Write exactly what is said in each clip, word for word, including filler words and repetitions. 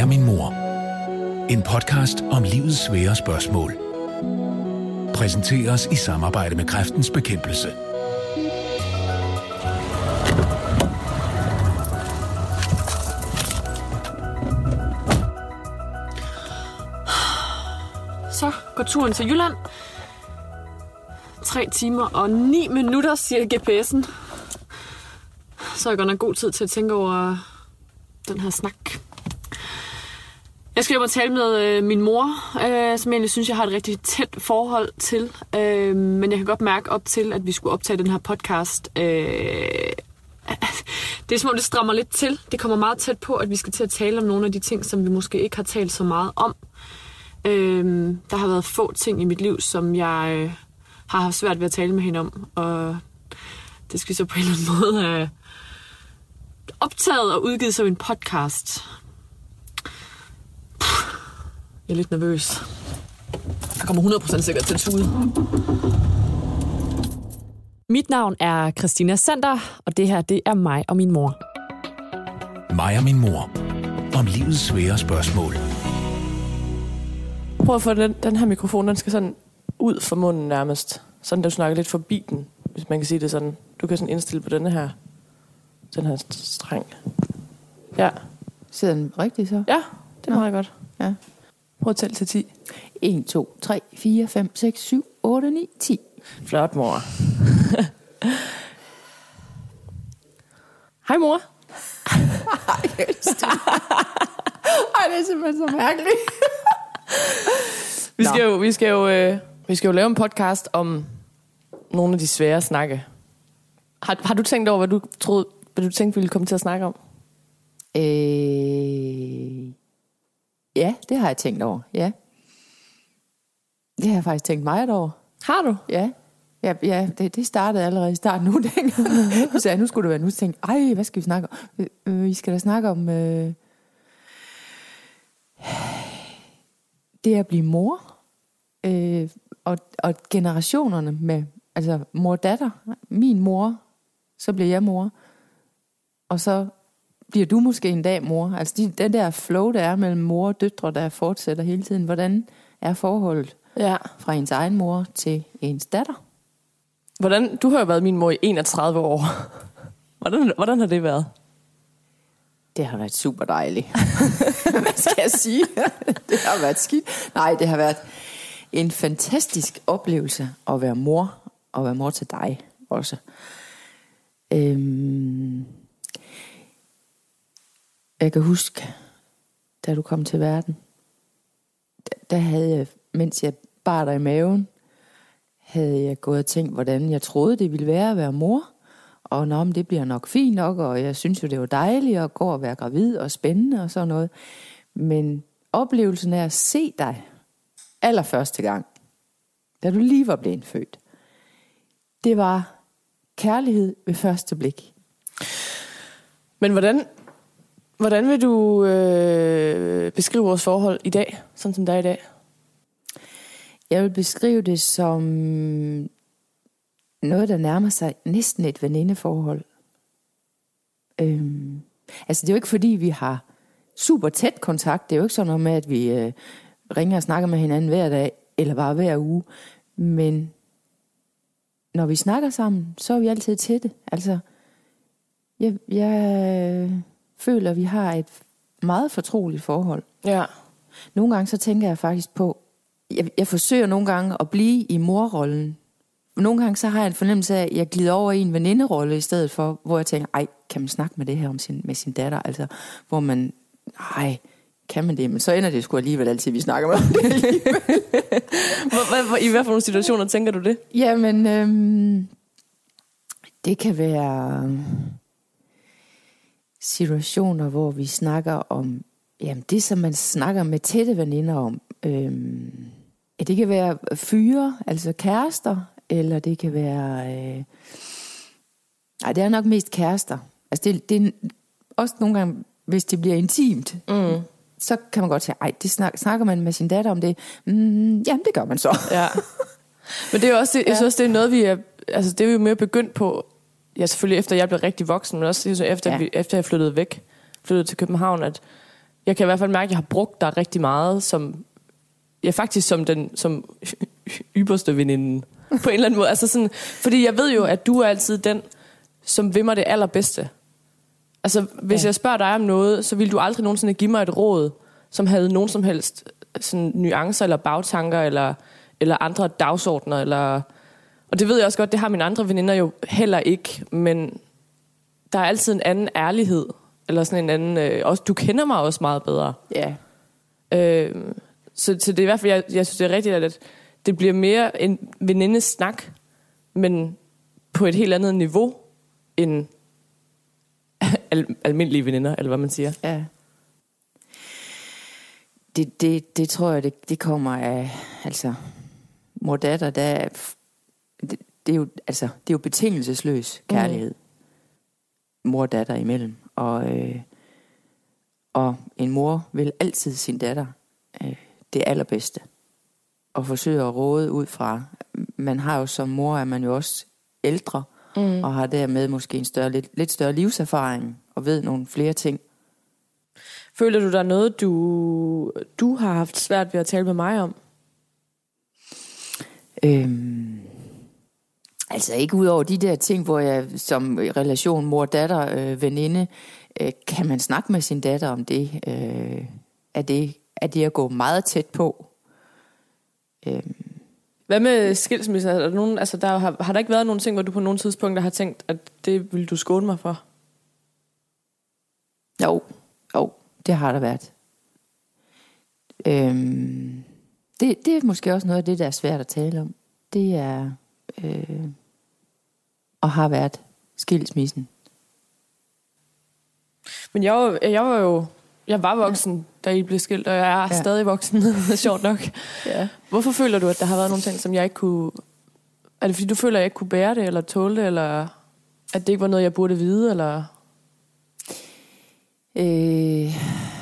Mig og min mor. En podcast om livets svære spørgsmål. Præsenteres i samarbejde med Kræftens Bekæmpelse. Så går turen til Jylland. Tre timer og ni minutter, siger G P S'en. Så er jeg godt nok god tid til at tænke over den her snak. Jeg skal hjem og tale med øh, min mor, øh, som jeg egentlig synes, jeg har et rigtig tæt forhold til. Øh, men jeg kan godt mærke op til, at vi skulle optage den her podcast. Øh, det er som om, det strammer lidt til. Det kommer meget tæt på, at vi skal til at tale om nogle af de ting, som vi måske ikke har talt så meget om. Øh, der har været få ting i mit liv, som jeg øh, har haft svært ved at tale med hende om. Og det skal vi så på en eller anden måde have optaget og udgivet som en podcast. Jeg er lidt nervøs. Jeg kommer hundrede procent sikkert til at tude. Mit navn er Christina Sander, og det her, det er mig og min mor. Mig og min mor. Om livets svære spørgsmål. Prøv at få den, den her mikrofon, den skal sådan ud fra munden nærmest. Sådan, at du snakker lidt forbi den, hvis man kan sige det sådan. Du kan sådan indstille på denne her, den her streng. Ja. Sidder den rigtigt så? Ja, det er meget godt. Ja. Prøv at tælle til ti. en, to, tre, fire, fem, seks, syv, otte, ni, ti. Flot, mor. Hej, mor. Ej, det er simpelthen så mærkeligt. vi, skal jo, vi, skal jo, øh, vi skal jo lave en podcast om nogle af de svære snakke. Har, har du tænkt over, hvad du troede, hvad du tænkte, vi ville komme til at snakke om? Øh... Ja, det har jeg tænkt over, ja. Det har jeg faktisk tænkt meget over. Har du? Ja, ja, ja det, det startede allerede i starten nu. Nu sagde jeg, nu skulle det være nu. Så tænkte jeg, ej, hvad skal vi snakke om? Øh, vi skal da snakke om øh, det at blive mor. Øh, og, og generationerne med, altså mor og datter. Min mor, så bliver jeg mor. Og så bliver du måske en dag mor. Altså de, den der flow, der er mellem mor og døtre, der fortsætter hele tiden. Hvordan er forholdet ja. fra ens egen mor til ens datter? Hvordan, du har jo været min mor i enogtredive år. Hvordan, hvordan har det været? Det har været super dejligt. Hvad skal jeg sige? Det har været skidt. Nej, det har været en fantastisk oplevelse at være mor, og være mor til dig også. Øhm Jeg kan huske, da du kom til verden, der havde jeg, mens jeg bar dig i maven, havde jeg gået og tænkt, hvordan jeg troede, det ville være at være mor. Og nå, men det bliver nok fint nok, og jeg synes jo, det var dejligt at gå og være gravid og spændende og sådan noget. Men oplevelsen af at se dig allerførste gang, da du lige var blevet født, det var kærlighed ved første blik. Men hvordan... Hvordan vil du øh, beskrive vores forhold i dag, sådan som det er i dag? Jeg vil beskrive det som noget, der nærmer sig næsten et venindeforhold. Øhm, altså det er jo ikke fordi, vi har super tæt kontakt. Det er jo ikke sådan noget med, at vi øh, ringer og snakker med hinanden hver dag, eller bare hver uge. Men når vi snakker sammen, så er vi altid tætte. Altså, jeg... jeg føler, at vi har et meget fortroligt forhold. Ja. Nogle gange så tænker jeg faktisk på, jeg, jeg forsøger nogle gange at blive i morrollen. Nogle gange så har jeg en fornemmelse af, at jeg glider over i en veninderolle i stedet for, hvor jeg tænker, ej, kan man snakke med det her om sin, med sin datter? Altså, hvor man, ej, kan man det? Men så ender det sgu alligevel altid, vi snakker med det alligevel. hvor, hvor, I hvad for nogle situationer tænker du det? Jamen, øhm, det kan være situationer, hvor vi snakker om, jamen det som man snakker med tætte veninder om. Øhm, det kan være fyre, altså kærester, eller det kan være, øh, nej det er nok mest kærester. Altså det, det er også nogle gange, hvis det bliver intimt, mm. så kan man godt sige, ej det snak, snakker man med sin datter om det. Mm, jamen det gør man så. Ja. Men det er jo også, det, jeg synes også, det er noget vi er, altså det er vi jo mere begyndt på. Ja, selvfølgelig efter jeg blev rigtig voksen, men også efter, ja. vi, efter jeg flyttede væk, flyttede til København, at jeg kan i hvert fald mærke, at jeg har brugt dig rigtig meget, som, ja, faktisk som den som ypperste veninde, på en eller anden måde. Altså sådan, fordi jeg ved jo, at du er altid den, som vil mig det allerbedste. Altså, hvis ja. jeg spørger dig om noget, så vil du aldrig nogensinde give mig et råd, som havde nogen som helst sådan, nuancer eller bagtanker, eller, eller andre dagsordner, eller... Og det ved jeg også godt, det har mine andre veninder jo heller ikke, men der er altid en anden ærlighed, eller sådan en anden... Øh, også, du kender mig også meget bedre. Ja. Øh, så, så det er i hvert fald, jeg, jeg synes, det er rigtigt, at det bliver mere en venindesnak, men på et helt andet niveau, end al- almindelige veninder, eller hvad man siger. Ja. Det, det, det tror jeg, det, det kommer af, altså, mor og datter, der er, det, det er jo, altså, det er jo betingelsesløs kærlighed, mm. mor og datter imellem, og, øh, og en mor vil altid sin datter øh, det allerbedste, og forsøger at råde ud fra, man har jo som mor, er man jo også ældre, mm. og har dermed måske en større, lidt, lidt større livserfaring, og ved nogle flere ting. Føler du, der er noget, du, du har haft svært ved at tale med mig om? Øhm, altså ikke ud over de der ting, hvor jeg som relation mor-datter, øh, veninde, øh, kan man snakke med sin datter om det? Øh, er det, er det at gå meget tæt på? Øhm. Hvad med skilsmisse? Er der nogen, altså der har, har der ikke været nogen ting, hvor du på nogle tidspunkter har tænkt, at det vil du skåne mig for? Jo, jo. Det har der været. Øhm, det, det er måske også noget af det, der er svært at tale om. Det er, øh, og har været skilsmissen. Men jeg var, jeg var jo, jeg var voksen, ja. da I blev skilt, og jeg er ja. stadig voksen, sjovt nok. Ja. Hvorfor føler du, at der har været nogle ting, som jeg ikke kunne... Er det fordi, du føler, at jeg ikke kunne bære det, eller tåle det, eller at det ikke var noget, jeg burde vide, eller... Øh,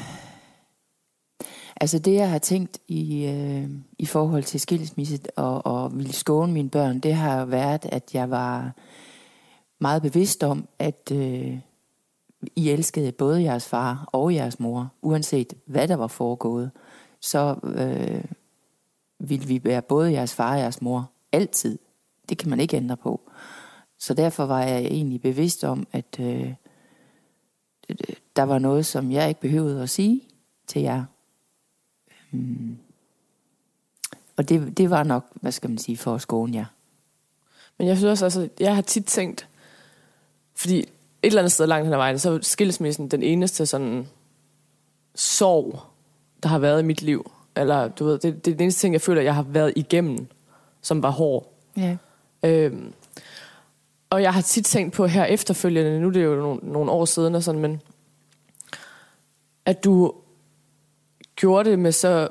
altså det jeg har tænkt i, øh, i forhold til skilsmisse og, og ville skåne mine børn, det har været, at jeg var meget bevidst om, at øh, I elskede både jeres far og jeres mor, uanset hvad der var foregået, så øh, ville vi være både jeres far og jeres mor altid. Det kan man ikke ændre på. Så derfor var jeg egentlig bevidst om, at øh, der var noget, som jeg ikke behøvede at sige til jer. Hmm. Og det, det var nok, hvad skal man sige, for at skåne jer. Men jeg synes også, altså, jeg har tit tænkt, fordi et eller andet sted langt hen ad vejen, så er skilsmissen den eneste sådan sorg, der har været i mit liv. Eller du ved, det, det er den eneste ting, jeg føler, jeg har været igennem, som var hård. Ja. Øhm, og jeg har tit tænkt på her efterfølgende, nu er det jo nogle, nogle år siden og sådan, men at du gjorde det med så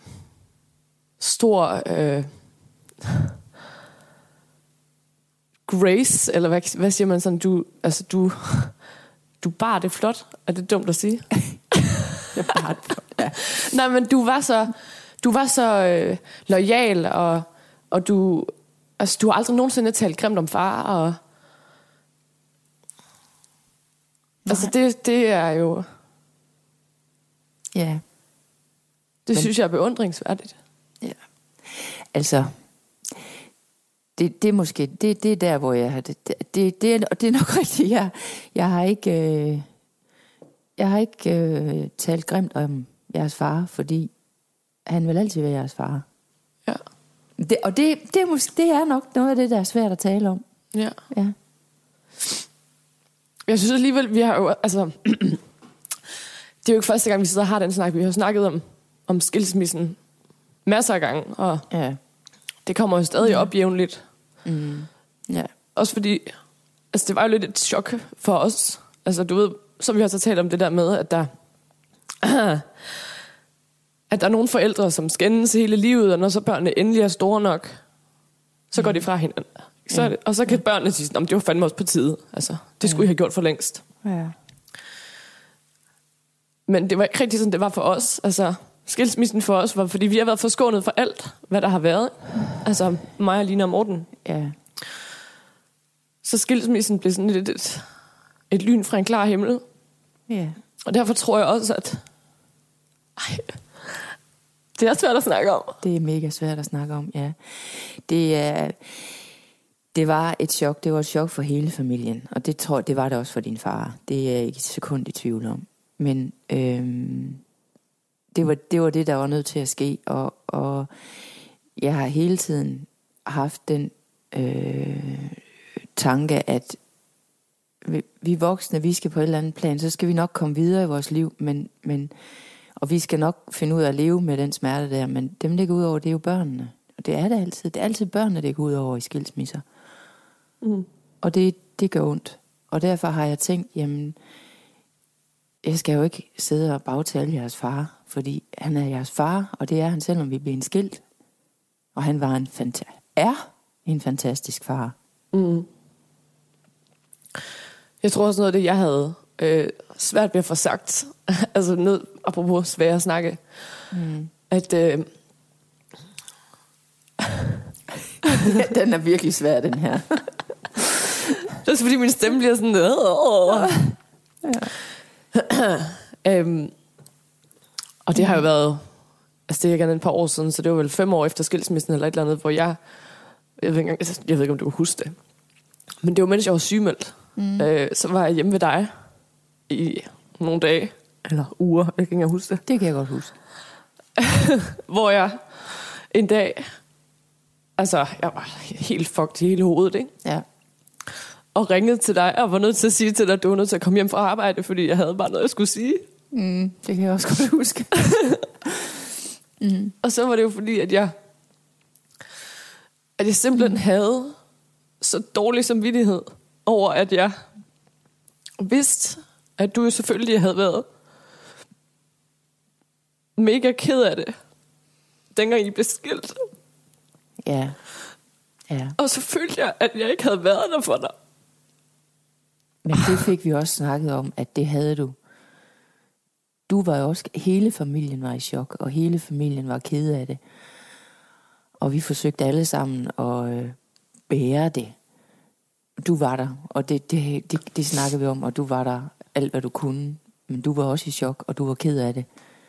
stor øh, grace, eller hvad, hvad siger man sådan, du, altså du, du bar det flot, er det dumt at sige? Jeg bar det flot, ja. Nej, men du var så, du var så øh, loyal, og, og du, altså du har aldrig nogensinde talt grimt om far, og altså det, det er jo... Ja. Det Men, synes jeg er beundringsværdigt. Ja. Altså, det, det er måske, det, det er der, hvor jeg har, det, det, det, er, det er nok rigtigt, jeg, jeg har ikke, øh, jeg har ikke øh, talt grimt om jeres far, fordi han vil altid være jeres far. Ja. Det, og det, det, er måske, det er nok noget af det, der er svært at tale om. Ja. Ja. Jeg synes alligevel, vi har jo, altså, det er jo ikke første gang, vi sidder og har den snak. Vi har snakket om, om skilsmissen masser af gange, og Ja. det kommer jo stadig Ja. op jævnligt. Mm. Ja. Også fordi, altså det var jo lidt et chok for os. Altså du ved, som vi har så talt om det der med, at der, at der er nogle forældre, som skændes hele livet, og når så børnene endelig er store nok, så går de fra hinanden. Så er det, og så kan børnene sige, at det var fandme også på tide. Altså, det skulle I have gjort for længst. Ja. Men det var ikke rigtig sådan, det var for os. Altså, skilsmissen for os var, fordi vi har været forskånet for alt, hvad der har været. Altså, mig og Lina og Morten. Ja. Så skilsmissen blev sådan lidt et, et lyn fra en klar himmel. Ja. Og derfor tror jeg også, at Ej. Det er svært at snakke om. Det er mega svært at snakke om, ja. Det, er, det var et chok. Det var et chok for hele familien. Og det tror det var det også for din far. Det er jeg ikke et sekund i tvivl om. Men øhm, det, var, det var det, der var nødt til at ske. Og, og jeg har hele tiden haft den øh, tanke, at vi, vi voksne, vi skal på et eller andet plan, så skal vi nok komme videre i vores liv, men, men, og vi skal nok finde ud af at leve med den smerte der, men dem, det går ud over, det er jo børnene. Og det er det altid. Det er altid børnene, det går ud over i skilsmisser. Mm. Og det, det gør ondt. Og derfor har jeg tænkt, jamen, jeg skal jo ikke sidde og bagtale jeres far, fordi han er jeres far, og det er han, selvom vi bliver en skilt. Og han var en fanta- er en fantastisk far. Mm. Jeg tror også noget af det, jeg havde øh, svært ved at få sagt, altså noget, apropos svære at snakke, mm. at øh, den er virkelig svær, den her. Det er fordi min stemme bliver sådan øh, ja. øhm, og det har jo været, altså det er ikke andet et par år siden, så det var vel fem år efter skilsmissen eller et eller andet, hvor jeg jeg ved ikke, engang, jeg ved ikke om du kan huske det, men det var mens jeg var sygemeldt. Mm. Øh, så var jeg hjemme ved dig i nogle dage eller uger, jeg kan ikke engang huske det. Det kan jeg godt huske. Hvor jeg en dag, altså jeg var helt fucked i hele hovedet, ikke? Ja. Og ringede til dig og var nødt til at sige til dig, at du var nødt til at komme hjem fra arbejde, fordi jeg havde bare noget, jeg skulle sige. Mm, det kan jeg også godt huske. mm. Og så var det jo fordi, at jeg at jeg simpelthen mm. havde så dårlig samvittighed over, at jeg vidste, at du jo selvfølgelig havde været mega ked af det, dengang I blev skilt. Ja. Ja. Og så følte jeg, at jeg ikke havde været der for dig. Men det fik vi også snakket om, at det havde du. Du var jo også, hele familien var i chok, og hele familien var ked af det. Og vi forsøgte alle sammen at øh, bære det. Du var der, og det, det, det, det snakkede vi om, og du var der alt, hvad du kunne. Men du var også i chok, og du var ked af det.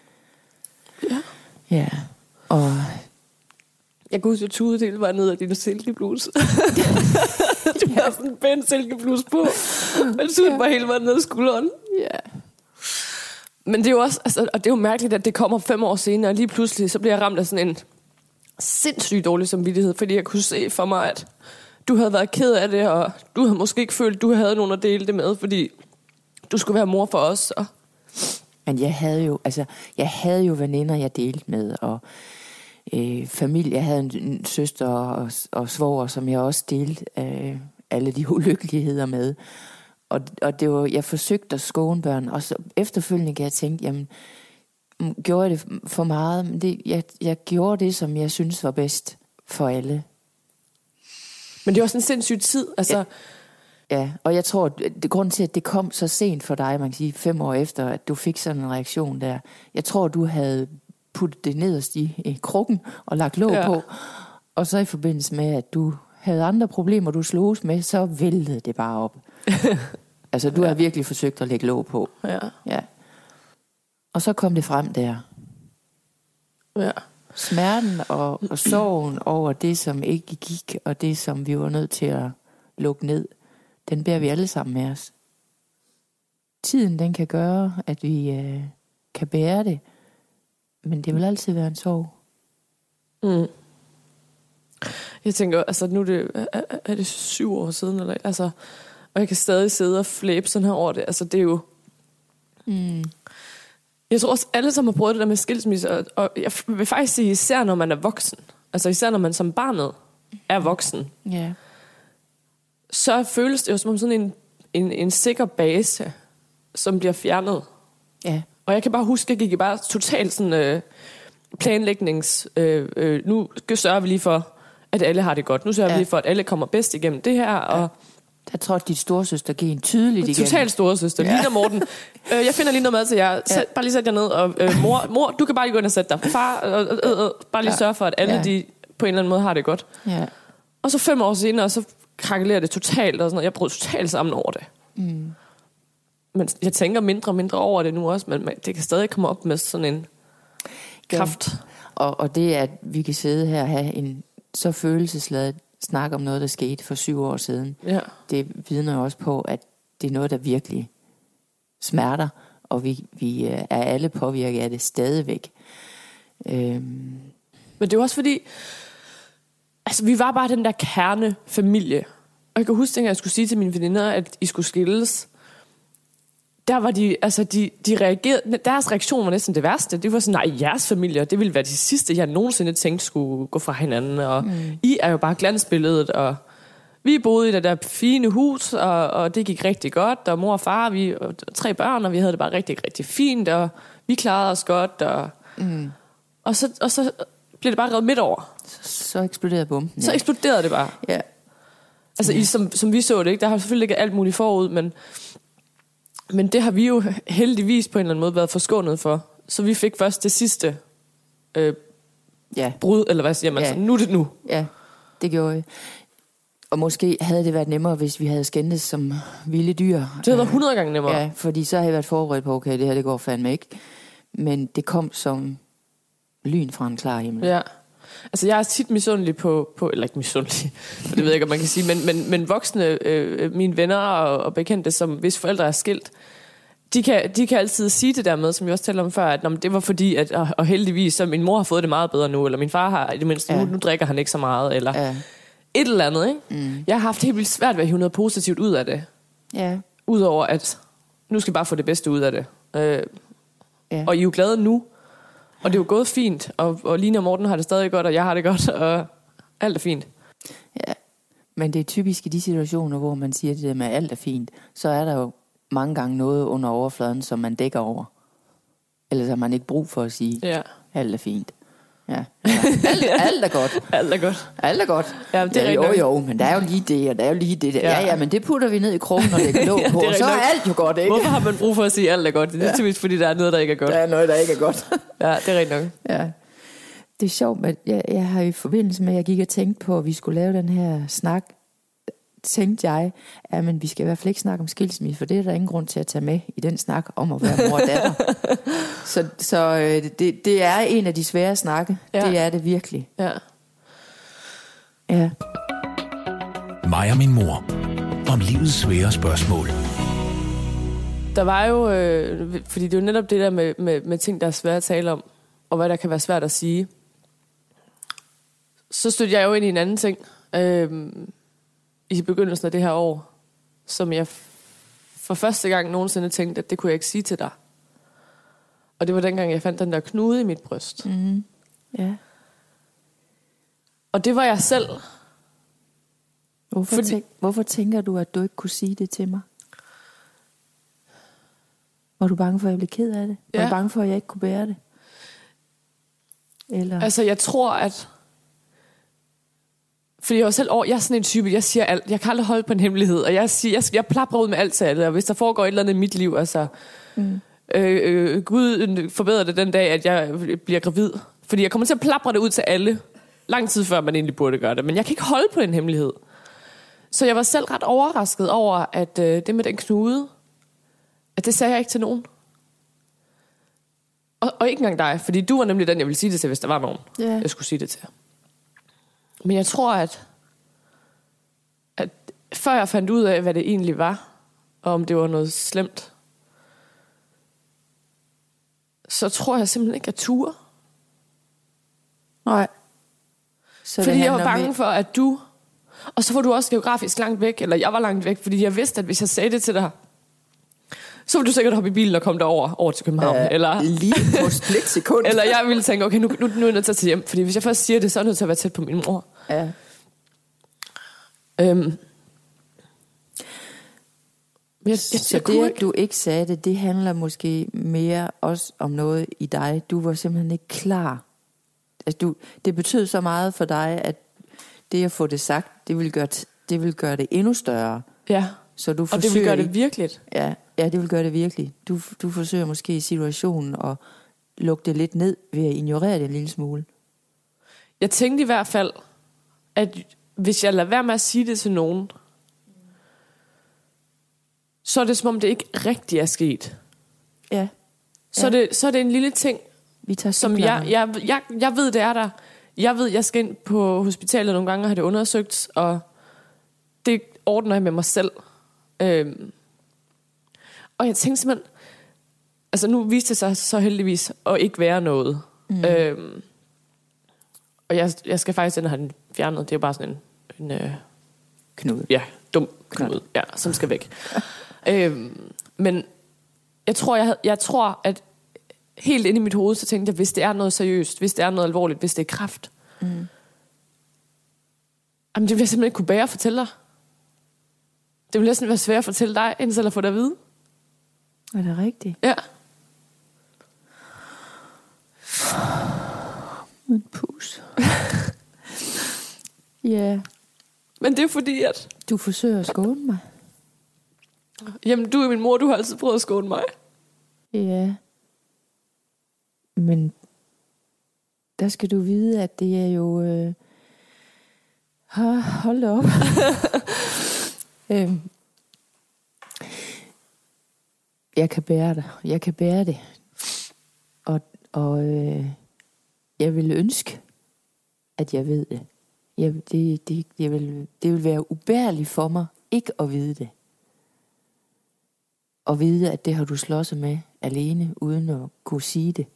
Ja. Ja, og jeg kunne huske, at Tude hele var ned af din silkebluse. Du ja. havde sådan en pæn silkebluse på. Og Tude ja. var hele vejen ned af skulderen. Ja. Men det er jo også, altså, og det er jo mærkeligt, at det kommer fem år senere, og lige pludselig, så bliver jeg ramt af sådan en sindssygt dårlig samvittighed, fordi jeg kunne se for mig, at du havde været ked af det, og du havde måske ikke følt, at du havde nogen at dele det med, fordi du skulle være mor for os. Og men jeg havde jo, altså, jeg havde jo veninder, jeg delte med, og øh, familie. Jeg havde en, en søster og, og svoger, som jeg også delte øh, alle de ulykkeligheder med. Og, og det var, jeg forsøgte at skåne børn, og så efterfølgende kan jeg tænke, jamen, gjorde jeg det for meget? Men det, jeg, jeg gjorde det, som jeg synes var bedst for alle. Men det var sådan en sindssyg tid, altså. Ja. Ja, og jeg tror, det grunden til, at det kom så sent for dig, man kan sige fem år efter, at du fik sådan en reaktion der. Jeg tror, du havde puttet det nederst i, i krukken og lagt låg ja. på. Og så i forbindelse med, at du havde andre problemer, du sloges med, så væltede det bare op. Altså, du ja. har virkelig forsøgt at lægge låg på. Ja. Ja. Og så kom det frem der. Ja. Smerten og, og sorgen over det, som ikke gik, og det, som vi var nødt til at lukke ned, den bærer vi alle sammen med os. Tiden, den kan gøre, at vi øh, kan bære det, men det vil altid være en sorg. Mm. Jeg tænker, altså nu er det, er, er det syv år siden, eller, altså, og jeg kan stadig sidde og flæbe sådan her over det. Altså det er jo... Mm. Jeg tror også, alle sammen har prøvet det der med skilsmisse, og, og jeg vil faktisk sige, især når man er voksen, altså især når man som barnet er voksen, yeah. så føles det jo som sådan en, en, en sikker base, som bliver fjernet. Yeah. Og jeg kan bare huske, at jeg gik bare totalt sådan øh, planlægnings... Øh, øh, nu sørger vi lige for, at alle har det godt. Nu sørger yeah. vi lige for, at alle kommer bedst igennem det her, og... Yeah. Jeg tror, at dit storesøster giver en tydeligt igen. Totalt storesøster. Ja. Lina Morten. øh, jeg finder lige noget mad til jer. Sæt, ja. Bare lige sæt jer ned. Og, øh, mor, mor, du kan bare lige gå ind og sætte dig. Far, øh, øh, øh, bare lige ja. sørge for, at alle ja. de på en eller anden måde har det godt. Ja. Og så fem år senere, så krakelerer det totalt. Og sådan noget. Jeg brød totalt sammen over det. Mm. Men jeg tænker mindre og mindre over det nu også. Men det kan stadig komme op med sådan en... kraft. Ja. Og, og det, at vi kan sidde her og have en så følelsesladet snak om noget, der skete for syv år siden, Ja. det vidner jo også på, at det er noget, der virkelig smerter, og vi, vi er alle påvirket af det stadigvæk. Øhm. Men det er jo også fordi, altså vi var bare den der kernefamilie. Og jeg kan huske, at jeg skulle sige til mine veninder, at I skulle skilles. Der var de, altså de, de reagerede, deres reaktion var næsten det værste. Det var sådan, nej, jeres familie, det ville være de sidste, jeg nogensinde tænkte skulle gå fra hinanden. Og mm. I er jo bare glansbilledet, og vi boede i det der fine hus, og, og det gik rigtig godt, og mor og far, vi og tre børn, og vi havde det bare rigtig, rigtig fint, og vi klarede os godt, og, mm. og, så, og så blev det bare revet midt over. Så, så eksploderede bomben. Så ja. eksploderede det bare. Ja. Altså, ja. I, som, som vi så det, ikke? Der har selvfølgelig ikke alt muligt forud, men, men det har vi jo heldigvis på en eller anden måde været forskånet for. Så vi fik først det sidste øh, ja. brud, eller hvad siger man ja. så? Nu er det nu. Ja, det gjorde jeg. Og måske havde det været nemmere, hvis vi havde skændtes som vilde dyr. Det havde været hundrede gange nemmere. Ja, fordi så havde jeg været forberedt på, okay, det her det går fandme ikke. Men det kom som lyn fra en klar himmel. Ja. Altså, jeg er tit misundelig på, på eller ikke misundelig, det ved jeg ikke, om man kan sige, men, men, men voksne, øh, mine venner og, og bekendte, som hvis forældre er skilt, de kan, de kan altid sige det der med, som vi også talte om før, at det var fordi, at, og, og heldigvis, så min mor har fået det meget bedre nu, eller min far har, i det mindste, ja. nu, nu drikker han ikke så meget, eller ja. et eller andet, ikke? Mm. Jeg har haft helt vildt svært ved at hive noget positivt ud af det. Ja. Udover at, nu skal jeg bare få det bedste ud af det. Øh, ja. Og I er jo glade nu, og det er jo gået fint, og, og Line og Morten har det stadig godt, og jeg har det godt, og alt er fint. Ja, men det er typisk i de situationer, hvor man siger det der med, at alt er fint, så er der jo mange gange noget under overfladen, som man dækker over. Ellers har man ikke brug for at sige, ja. alt er fint. Ja. Ja. Alt, alt er godt. Alt er godt. Alt er godt. Ja, det er ja, jo, nok. jo, men der er jo lige det, og der er jo lige det der. Ja, Ja. ja, men det putter vi ned i krogen, og lægger låg på, Ja, og så er nok. alt jo godt, ikke? Hvorfor har man brug for at sige, at alt er godt? Det er Ja. typisk, fordi der er noget, der ikke er godt. Der er noget, der ikke er godt. Ja, det er rigtigt nok. Ja. Det er sjovt, men jeg, jeg har i forbindelse med, at jeg gik og tænkte på, at vi skulle lave den her snak, tænkte jeg, at men vi skal i hvert fald ikke snakke om skilsmisse, for det er der ingen grund til at tage med i den snak om at være mor og datter. så så øh, det, det er en af de svære snakke. Ja. Det er det virkelig. Ja. Ja. Mig og min mor. Om livets svære spørgsmål. Der var jo, øh, fordi det er jo netop det der med, med, med ting, der er svært at tale om, og hvad der kan være svært at sige. Så stødte jeg jo ind i en anden ting, øh, i begyndelsen af det her år, som jeg for første gang nogensinde tænkte, at det kunne jeg ikke sige til dig. Og det var dengang, jeg fandt den der knude i mit bryst. Mm-hmm. Ja. Og det var jeg selv. Hvorfor, Fordi- tænk, hvorfor tænker du, at du ikke kunne sige det til mig? Var du bange for, at jeg blev ked af det? Var Ja. du bange for, at jeg ikke kunne bære det? Eller? Altså, jeg tror, at... Fordi jeg er selv over, jeg er sådan en type, jeg siger alt. Jeg kan aldrig holde på en hemmelighed, og jeg, siger, jeg, jeg plapper ud med alt til alle. Og hvis der foregår et eller andet i mit liv, altså... Mm. Øh, øh, Gud forbedrer det den dag, at jeg bliver gravid. Fordi jeg kommer til at plapre det ud til alle. Lang tid før man egentlig burde gøre det. Men jeg kan ikke holde på en hemmelighed. Så jeg var selv ret overrasket over, at øh, det med den knude, at det sagde jeg ikke til nogen. Og, og ikke engang dig, fordi du var nemlig den, jeg ville sige det til, hvis der var nogen, Ja. jeg skulle sige det til. Men jeg tror, at, at før jeg fandt ud af, hvad det egentlig var, og om det var noget slemt, så tror jeg simpelthen ikke, at ture. Nej. Så Fordi det jeg var handler bange om- for, at du... Og så var du også geografisk langt væk, eller jeg var langt væk, fordi jeg vidste, at hvis jeg sagde det til dig, så ville du sikkert hoppe i bilen og komme derover over til København. Ja, eller, lige på et splitsekund. eller jeg ville tænke, okay, nu, nu, nu er jeg nødt til at tage hjem. Fordi hvis jeg først siger det, så er jeg nødt til at være tæt på min mor. Ja. Øhm. Men jeg, jeg, Så jeg det, kunne at ikke... du ikke sagde det, det handler måske mere også om noget i dig. Du var simpelthen ikke klar. Altså, du, det betød så meget for dig, at det at få det sagt, det vil gøre, t- det, vil gøre det endnu større. Ja, Så du og det forsøger vil gøre det ikke- virkeligt. Ja, ja, det vil gøre det virkelig. Du, du forsøger måske i situationen at lukke det lidt ned ved at ignorere det en lille smule. Jeg tænkte i hvert fald, at hvis jeg lader være med at sige det til nogen, så er det som om det ikke rigtig er sket. Ja. Så, Ja. er det, så er det en lille ting, Vi tager som jeg, jeg, jeg, jeg ved, det er der. Jeg ved, jeg skal ind på hospitalet nogle gange og have det undersøgt, og det ordner jeg med mig selv. Øhm. Og jeg tænkte simpelthen, altså nu viste det sig så heldigvis at ikke være noget. Mm. Øhm. Og jeg, jeg skal faktisk ind og have den fjernet. Det er jo bare sådan en... en øh, knude. Ja, dum knude, ja, som skal væk. øhm. Men jeg tror, jeg, havde, jeg tror, at helt inde i mit hoved, så tænkte jeg, hvis det er noget seriøst, hvis det er noget alvorligt, hvis det er kræft, mm. jamen det vil jeg simpelthen ikke kunne bære at fortælle dig. Det vil næsten være svært at fortælle dig, end selv at få dig at vide. Er det rigtigt? Ja. Men pus. Ja. Men det er fordi, at... Du forsøger at skåne mig. Jamen, du er min mor, du har altid prøvet at skåne mig. Ja. Men der skal du vide, at det er jo... Øh... Hold da op. øhm. Jeg kan bære det. Jeg kan bære det. Og, og øh... jeg vil ønske, at jeg ved det. Jeg, det, det, jeg vil, det vil være ubærligt for mig ikke at vide det. Og vide, at det har du slåsset med alene, uden at kunne sige det.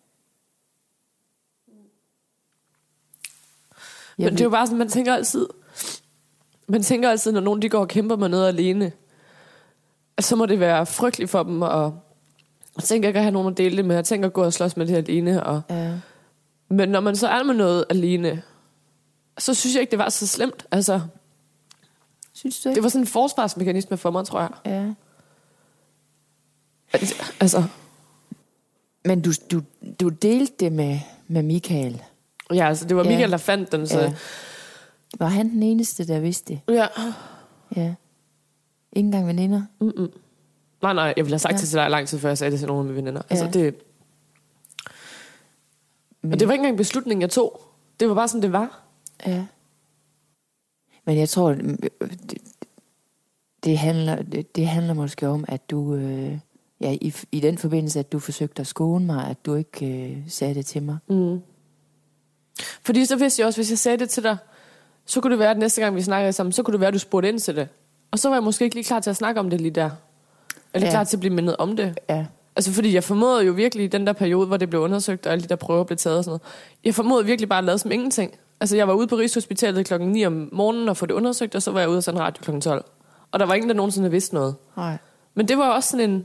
Jeg Men det er jo bare sådan, man tænker altid, man tænker altid, når nogen de går og kæmper med noget alene, at så må det være frygteligt for dem, og jeg tænker ikke at have nogen at dele det med, jeg tænker at gå og slås med det alene. Og, ja. Men når man så er med noget alene, så synes jeg ikke, det var så slemt. Altså, synes du ikke? Det var sådan en forsvarsmekanisme for mig, tror jeg. Ja. Altså. Men du, du, du delte det med, med Michael. Ja, altså det var Michael, ja. der fandt den. Så. Ja. Var han den eneste, der vidste det? Ja. Ja. Ikke engang veninder? Mm-mm. Nej, nej, jeg ville have sagt ja. det til dig lang tid, før jeg sagde det til nogle af mine veninder. Altså ja. det... Men... Og det var ikke engang en beslutning, jeg tog. Det var bare sådan, det var. Ja. Men jeg tror, det, det, handler, det, det handler måske om, at du... Øh, ja, i, i den forbindelse, at du forsøgte at skåne mig, at du ikke øh, sagde det til mig. Mm. Fordi så vidste jeg også, hvis jeg sagde det til dig, så kunne det være, at næste gang vi snakkede sammen, så kunne det være, at du spurgte ind til det. Og så var jeg måske ikke lige klar til at snakke om det lige der. Eller ja. klar til at blive mindet om det. Ja. Altså fordi jeg formodede jo virkelig i den der periode, hvor det blev undersøgt, og alle de der prøver blev taget og sådan noget. Jeg formodede virkelig bare at lade som ingenting. Altså jeg var ude på Rigshospitalet klokken ni om morgenen og få det undersøgt, og så var jeg ude og sende radio klokken tolv. Og der var ingen, der nogensinde vidste noget. Nej. Men det var også sådan en...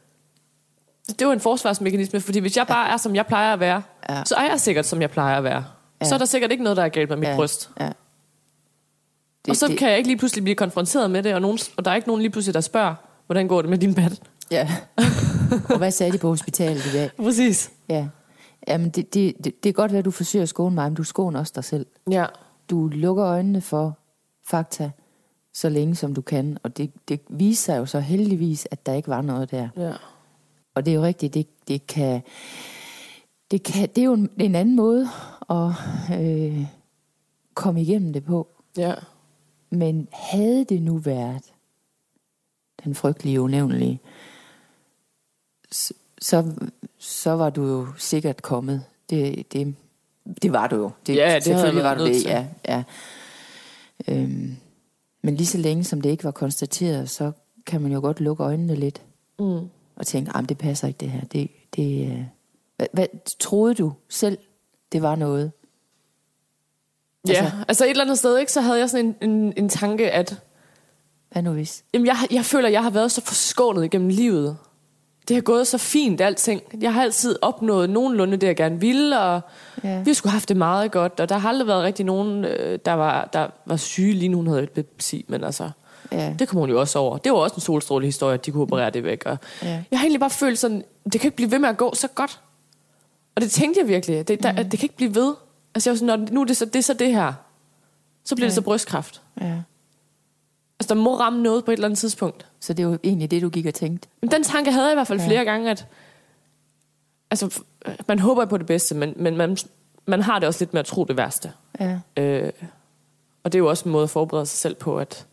Det var en forsvarsmekanisme, fordi hvis jeg bare er, som jeg plejer at være, ja. så er jeg sikkert, som jeg plejer at være. Ja. Så er der sikkert ikke noget, der er galt med mit ja. bryst. Ja. Det, og så det... kan jeg ikke lige pludselig blive konfronteret med det, og, nogen, og der er ikke nogen lige pludselig, der spørger, hvordan går det med din bat? Ja. Og hvad sagde de på hospitalet i dag? Præcis. Ja. Jamen, det, det, det, det er godt, at du forsøger at skåne mig, men du skåner også dig selv. Ja. Du lukker øjnene for fakta så længe, som du kan, og det, det viser sig jo så heldigvis, at der ikke var noget der. Ja. Og det er jo rigtigt, det, det kan... Det, kan, det er jo en, en anden måde at øh, komme igennem det på. Ja. Men havde det nu været den frygtelige unævnlige, så, så, så var du jo sikkert kommet. Det, det, det var du jo. Det, ja, det selvfølgelig var du det. Til. Ja, ja. Øhm, men lige så længe som det ikke var konstateret, så kan man jo godt lukke øjnene lidt mm. og tænke, ah, det passer ikke det her. Det, det, øh, hvad, hvad troede du selv, det var noget? Ja, altså, altså et eller andet sted, ikke, så havde jeg sådan en, en, en tanke, at hvad nu hvis? Jamen, jeg, jeg føler, at jeg har været så forskånet igennem livet. Det har gået så fint, alting. Jeg har altid opnået nogenlunde det, jeg gerne ville, og ja. vi har sgu haft det meget godt, og der har aldrig været rigtig nogen, der var, der var syge, lige nu hun havde et epilepsi, men altså, ja. det kom hun jo også over. Det var også en solstrålehistorie, at de kunne operere det væk, og ja. jeg har egentlig bare følt sådan, det kan ikke blive ved med at gå så godt. Og det tænkte jeg virkelig, det, der, mm. det kan ikke blive ved. Altså jeg var sådan, nu er det så det, er så det her, så bliver ja. det så brystkræft. Ja. Altså, der må ramme noget på et eller andet tidspunkt. Så det er jo egentlig det, du gik og tænkte? Men den tanke havde jeg i hvert fald ja. flere gange, at altså, man håber på det bedste, men, men man, man har det også lidt med at tro det værste. Ja. Øh, og det er jo også en måde at forberede sig selv på, at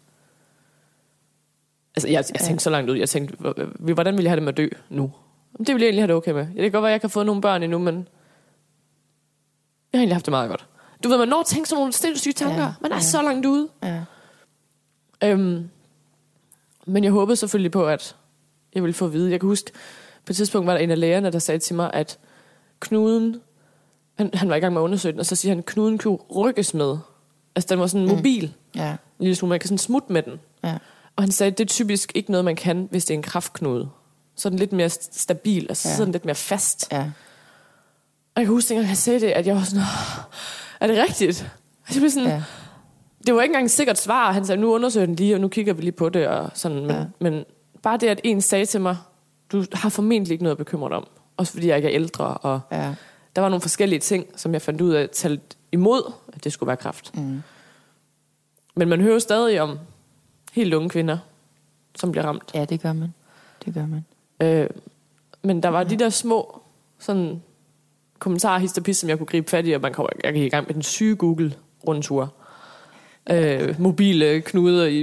altså, jeg, jeg tænkte ja. så langt ud. Jeg tænkte, hvordan ville jeg have det med at dø nu? Det ville jeg egentlig have det okay med. Det kan godt være, at jeg kan få nogle børn endnu, men Jeg har egentlig haft det meget godt. Du ved, man når at tænke sådan nogle sindssyge tanker. Ja, man er ja. så langt ude. Ja. Øhm, men jeg håbede selvfølgelig på, at jeg ville få at vide. Jeg kan huske, på et tidspunkt var der en af lægerne, der sagde til mig, at knuden, han, han var i gang med at undersøge den, og så siger han, at knuden kunne rykkes med. Altså, den var sådan mm. mobil. Ja. En lille smule, man kan sådan smutte med den. Ja. Og han sagde, at det er typisk ikke noget, man kan, hvis det er en kræftknude. Så er den lidt mere stabil, altså ja. så er den lidt mere fast. Ja. Og jeg kan huske, at han sagde det, at jeg var sådan, er det rigtigt? Jeg blev sådan, ja. Det var ikke engang et sikkert svar. Han sagde, nu undersøger den lige, og nu kigger vi lige på det. Og sådan. Men, ja. men bare det, at en sagde til mig, du har formentlig ikke noget at bekymre dig om. Også fordi jeg ikke er ældre. Og ja. der var nogle forskellige ting, som jeg fandt ud af, talt imod, at det skulle være kræft. Mm. Men man hører stadig om helt unge kvinder, som bliver ramt. Ja, det gør man. Det gør man. Øh, men der var ja. de der små sådan kommentarer, hist og pis, som jeg kunne gribe fat i, og man kom, jeg gik i gang med den syge Google-rundtur. Øh, mobile knuder i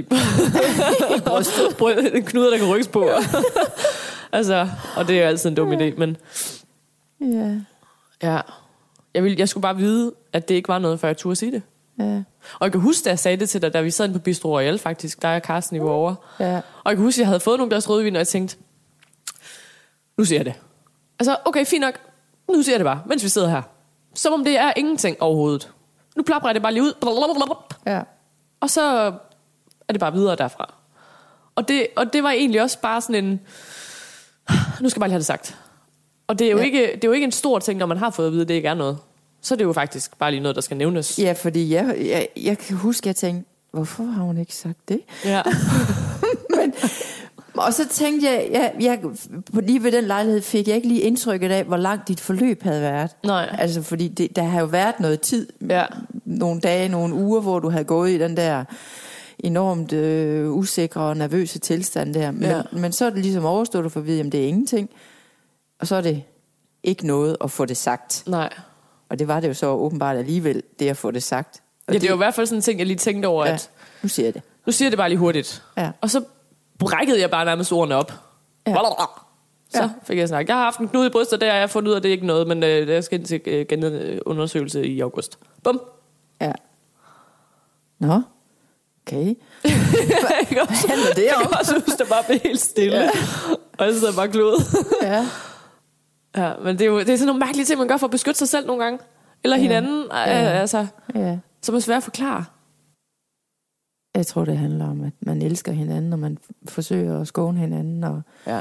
brystet. Knuder, der kan rykkes på. Altså, og det er altid en dum idé, men ja. ja. Jeg, ville, jeg skulle bare vide, at det ikke var noget, før jeg turde sige det. Ja. Og jeg kan huske, da jeg sagde det til dig, da vi sad på Bistro Royal faktisk, der er Carsten i over. Ja. Og jeg kan huske, at jeg havde fået nogle glas rødvin, og jeg tænkte, nu siger jeg det. Altså, okay, fint nok. Nu siger jeg det bare, mens vi sidder her. Som om det er ingenting overhovedet. Nu plapper jeg det bare lige ud. Ja. Og så er det bare videre derfra. Og det, og det var egentlig også bare sådan en, nu skal jeg bare lige have det sagt. Og det er jo, ja. ikke, det er jo ikke en stor ting, når man har fået at vide, at det ikke er noget. Så er det jo faktisk bare lige noget, der skal nævnes. Ja, fordi jeg, jeg, jeg kan huske, at jeg tænkte, hvorfor har hun ikke sagt det? Ja. Men, og så tænkte jeg, jeg, jeg, lige ved den lejlighed fik jeg ikke lige indtrykket af, hvor langt dit forløb havde været. Nej. Altså, fordi det, der har jo været noget tid, ja. nogle dage, nogle uger, hvor du havde gået i den der enormt øh, usikre og nervøse tilstand der. Men, ja. men så er det ligesom overstået, du får at vide, at det er ingenting. Og så er det ikke noget at få det sagt. Nej. Og det var det jo så åbenbart alligevel, det at få det sagt. Og ja, det, det er jo i hvert fald sådan en ting, jeg lige tænkte over, ja, at nu siger jeg det. Nu siger jeg det bare lige hurtigt. Ja. Og så brækkede jeg bare nærmest ordene op. Ja. Så ja. fik jeg snakket. Jeg har haft en knude i brystet, der har jeg fundet ud af, at det er ikke noget, men øh, jeg skal ind til øh, genundersøgelse i august. Bum. Ja. Nå. Okay. Hvad handler det om? Jeg kan også huske, der bare blev helt stille. Ja. Og så sidder jeg bare klodet. Ja. Ja, men det er jo det er sådan nogle mærkelige ting, man gør for at beskytte sig selv nogle gange. Eller ja. hinanden. Ja. Altså, ja. Som er svært at forklare. Jeg tror, det handler om, at man elsker hinanden, og man forsøger at skåne hinanden. Og ja.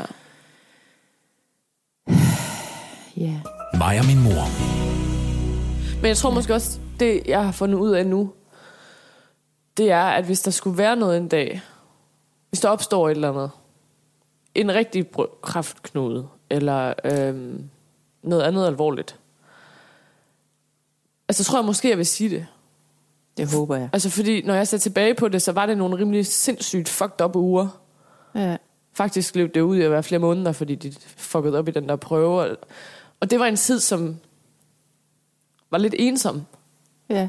Ja. Mig og min mor. Men jeg tror måske også, det jeg har fundet ud af nu, det er, at hvis der skulle være noget en dag, hvis der opstår et eller andet, en rigtig kræftknude, eller øhm, noget andet alvorligt, altså tror jeg måske, jeg vil sige det. Det håber jeg. Altså fordi, når jeg ser tilbage på det, så var det nogle rimelig sindssygt fucked up uger. Ja. Faktisk løb det ud i at være flere måneder, fordi de fuckede op i den der prøve. Og det var en tid, som var lidt ensom. Ja.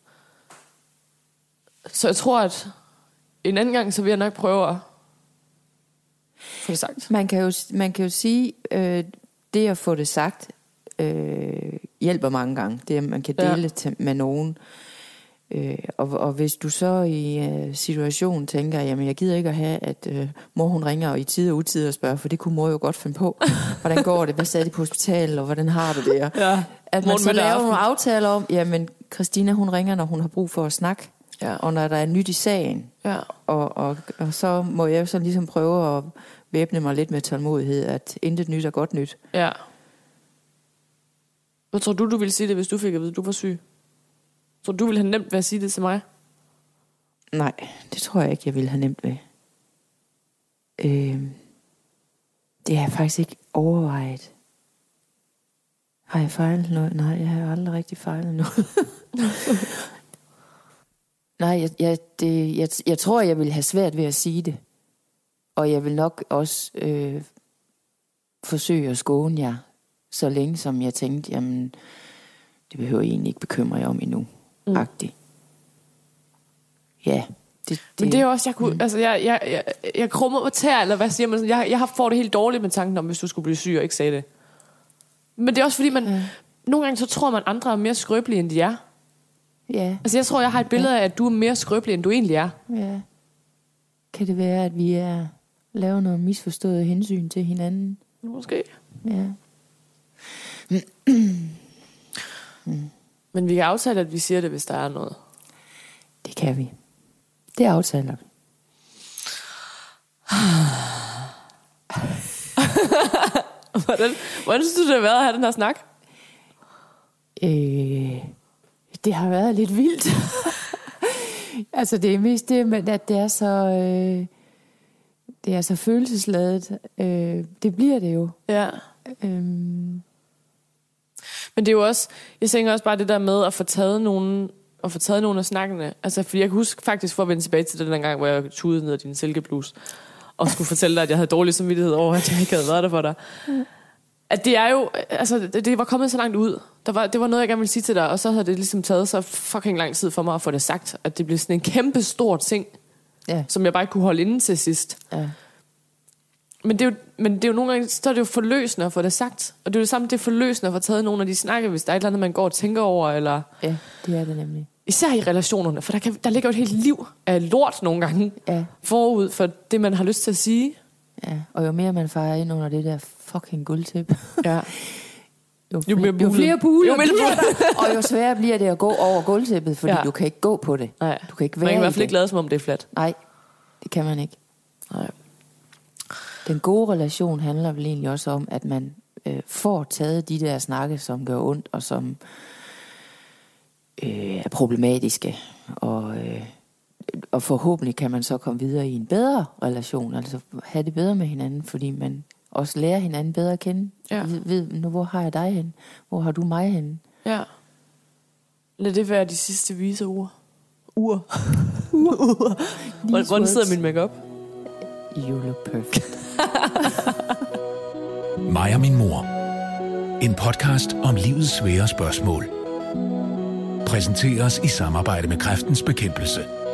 Så jeg tror, at en anden gang, så vil jeg nok prøve at få det sagt. Man kan jo, man kan jo sige, øh, det at få det sagt, øh, hjælper mange gange. Det at man kan dele ja. til, med nogen. Øh, og, og hvis du så i øh, situationen tænker, jamen jeg gider ikke at have, at øh, mor hun ringer og i tid og utid og spørger, for det kunne mor jo godt finde på. Hvordan går det? Hvad sagde de på hospitalet? Og hvordan har du det? Ja. At man så laver nogle aftaler om, jamen Christina hun ringer, når hun har brug for at snakke. Ja. Og når der er nyt i sagen. Ja. Og, og, og så må jeg så ligesom prøve at væbne mig lidt med tålmodighed, at intet nyt er godt nyt. Ja. Hvad tror du, du ville sige det, hvis du fik at vide, at du var syg? Tror du, ville have nemt ved at sige det til mig? Nej, det tror jeg ikke, jeg ville have nemt ved. Øh, det har jeg faktisk ikke overvejet. Har jeg fejlet noget? Nej, jeg har aldrig rigtig fejlet noget. Nej, jeg, jeg, det, jeg, jeg tror, jeg ville have svært ved at sige det. Og jeg vil nok også øh, forsøge at skåne jer, så længe som jeg tænkte, jamen, det behøver jeg egentlig ikke bekymre jer om endnu. Mm. Agtigt. Ja. Det, det, Men det er jo også, jeg kunne, mm. altså, jeg, jeg, jeg, jeg krummer mig tær, eller hvad siger man, jeg, jeg får det helt dårligt med tanken om, hvis du skulle blive syg og ikke sagde det. Men det er også fordi, man, mm. nogle gange så tror man, andre er mere skrøbelige, end de er. Ja. Altså jeg tror, jeg har et billede af, at du er mere skrøbelig, end du egentlig er. Ja. Kan det være, at vi er laver noget misforstået hensyn til hinanden? Måske. Ja. Men vi kan aftale, at vi siger det, hvis der er noget. Det kan vi. Det aftaler vi. hvordan, hvordan synes du, det har været at have den her snak? Øh, det har været lidt vildt. Altså det er mest det, at det er så, øh, det er så følelsesladet. Øh, det bliver det jo. Ja. Øhm. Men det er jo også, jeg tænker også bare det der med at få taget nogle, at få taget nogle af snakkene. Altså, fordi jeg kan huske faktisk, for at vende tilbage til det den gang, hvor jeg tudede ned af din silkeblus, og skulle fortælle dig, at jeg havde dårlig samvittighed over, at jeg ikke havde været der for dig. Mm. At det er jo, altså, det, det var kommet så langt ud. Der var, det var noget, jeg gerne ville sige til dig, og så havde det ligesom taget så fucking lang tid for mig at få det sagt, at det blev sådan en kæmpe stor ting, ja. Som jeg bare ikke kunne holde inde til sidst. Ja. Men det, er jo, men det er jo nogle gange, så er det jo forløsende at få det sagt. Og det er jo det samme, det er forløsende at få taget nogle af de snakke, hvis der er et eller andet, man går og tænker over. Eller ja, det er det nemlig. Især i relationerne, for der, kan, der ligger jo et helt liv af lort nogle gange ja. forud for det, man har lyst til at sige. Ja, og jo mere man farer ind under det der fucking guldtæppe, ja. jo, flere, jo, jo flere buler jo bliver der, og jo sværere bliver det at gå over gulvtæppet, fordi ja. du kan ikke gå på det. Nej. Du kan ikke være man kan i hvert fald det. ikke lade, som om det er fladt. Nej, det kan man ikke. Nej. Den gode relation handler vel egentlig også om, at man øh, får taget de der snakke, som gør ondt, og som øh, er problematiske. Og, øh, og forhåbentlig kan man så komme videre i en bedre relation, altså have det bedre med hinanden, fordi man også lærer hinanden bedre at kende. Ja. Ved, ved nu, hvor har jeg dig hen? Hvor har du mig hen? Ja. Lad det være de sidste vise ord. Ur. Ur. Hvordan sidder min makeup? You look perfect. Mig og min mor. En podcast om livets svære spørgsmål. Præsenteres i samarbejde med Kræftens Bekæmpelse.